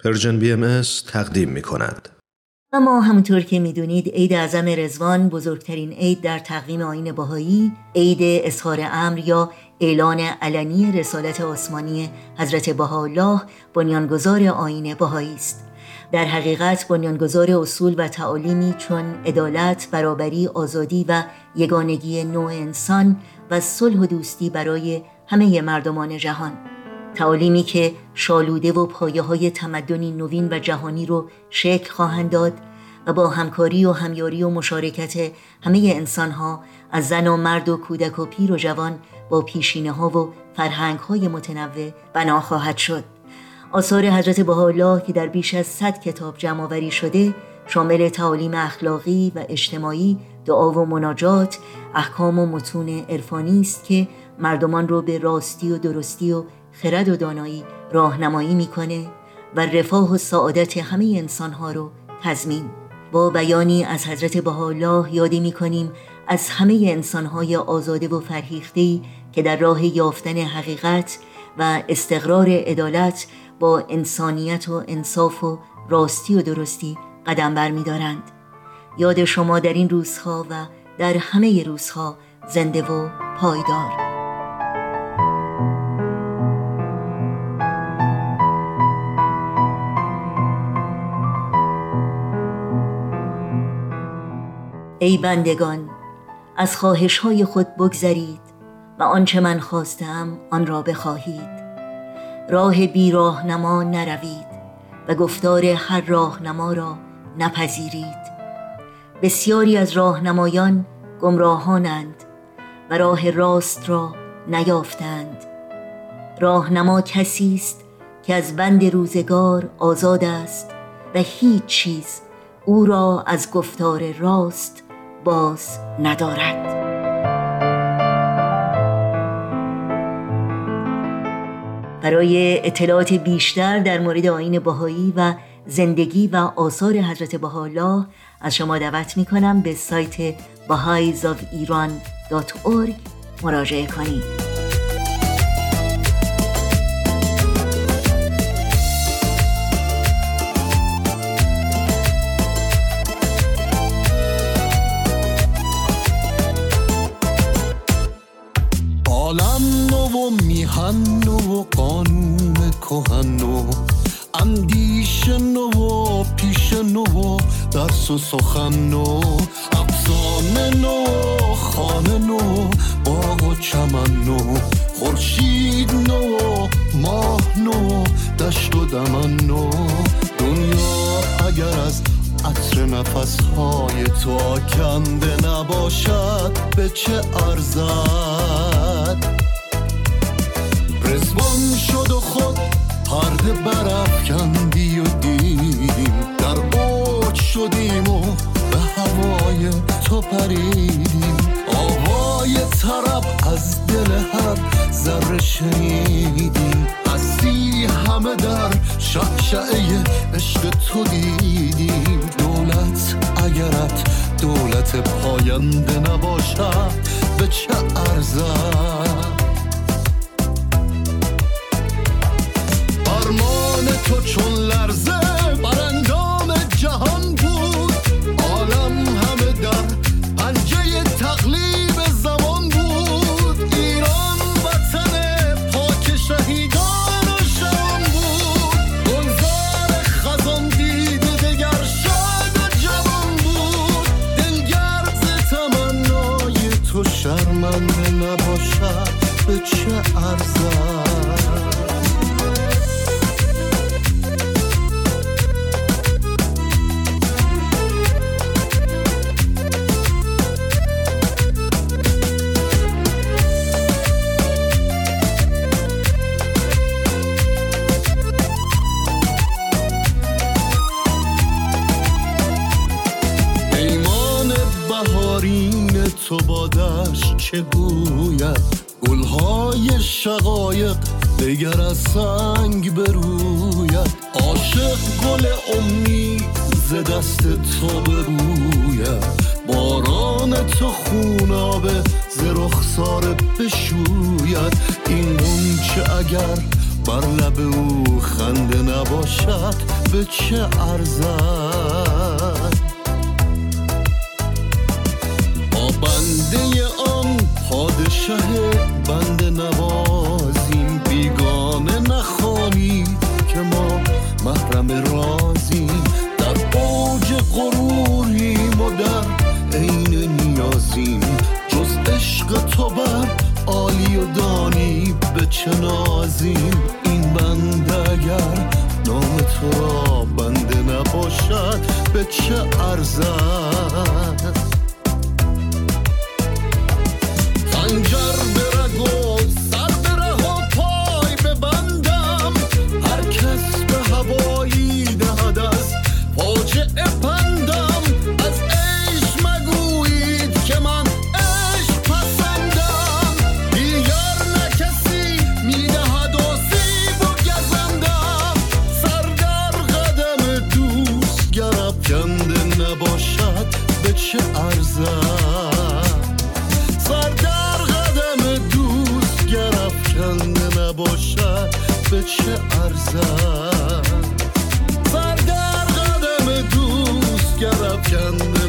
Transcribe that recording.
پرژن BMS تقدیم می کند. اما همونطور که میدونید عید اعظم رضوان بزرگترین عید در تقویم آیین بهایی، عید اظهار امر یا اعلان علنی رسالت آسمانی حضرت بهاءالله بنیانگذار آیین بهایی است. در حقیقت بنیانگذار اصول و تعالیمی چون عدالت، برابری، آزادی و یگانگی نوع انسان و صلح و دوستی برای همه مردمان جهان، تعالیمی که شالوده و پایه‌های تمدنی نوین و جهانی رو شکل خواهند داد و با همکاری و همیاری و مشارکت همه انسان‌ها از زن و مرد و کودک و پیر و جوان با پیشینه‌ها و فرهنگ‌های متنوع بنا خواهد شد. آثار حضرت بهاءالله که در بیش از 100 کتاب جمع‌آوری شده، شامل تعالیم اخلاقی و اجتماعی، دعا و مناجات، احکام و متون عرفانی است که مردمان رو به راستی و درستی و خرد و دانایی راهنمایی میکنه و رفاه و سعادت همه انسانها رو تضمین. با بیانی از حضرت بهاءالله یادی میکنیم از همه انسانهای آزاده و فرهیخته‌ای که در راه یافتن حقیقت و استقرار عدالت با انسانیت و انصاف و راستی و درستی قدم برمی‌دارند. یاد شما در این روزها و در همه روزها زنده و پایدار. ای بندگان، از خواهش‌های خود بگذرید و آنچه من خواستم آن را بخواهید. راه بی راهنما نروید و گفتار هر راهنما را نپذیرید. بسیاری از راهنمایان گمراهانند و راه راست را نیافتند. راهنما کسی است که از بند روزگار آزاد است و هیچ چیز او را از گفتار راست باز ندارد. برای اطلاعات بیشتر در مورد آیین بهایی و زندگی و آثار حضرت بهاءالله از شما دعوت می‌کنم به سایت bahaisofiran.org مراجعه کنید. عالم نو و میهن نو و قانون کهن نو، اندیشه نو و پیش نو و درس و سخن نو، افسانه نو خانه نو، باغ و چمن نو، خورشید نو ماه نو، دشت و دمن نو. دنیا اگر از عطر نفسهای تو آکنده نباشد به چه ارزد؟ رضوان شد و خود پرده برافکندی و دیدیم، در اوج شدیم و به هوای تو پریدیم. آوای طرب از دل هر ذره شنیدیم، هستی همه در شعشعه عشق تو دیدیم. دولت اگرت دولت پاینده نباشد به چه ارزد؟ فرمان تو چون لرزه بر اندام جهان بود، عالم همه در پنجه تقلیب زمان بود. ایران وطن پاک شهیدان و شان بود، گلزار خزان دیده دگر شاد و جوان بود. دلگرد ز تمنای تو شرمنده نباشد به چه ارزد؟ تو بادش چه گوید، گلهای شقایق دگر از سنگ بروید. عاشق گل امید ز دست تو بروید، باران تو خونابه ز رخسار بشوید. این غنچه اگر بر لب او خنده نباشد به چه ارزد؟ ما بنده آن پادشه بنده نوازیم، بیگانه نخوانید که ما محرم رازیم. در اوج غروریم و در عین نیازیم، جز عشق تو بر عالی و دانی به چه نازیم. این بنده اگر نام تو را بنده نباشد به چه ارزد؟ خنجر به رگ و سر به ره و پای ببندم، هر کس به هوایی دهد از فاجعه پندم. از عشق مگویید که من عشق پسندم، دیگر نه کسی میدهد آسیب و گزندم. سر در قدم دوست گر افکنده نباشد به چه ارزد؟ سر در قدم دوست گر افکنده نباشد به چه ارزد؟ سر در قدم دوست گر افکنده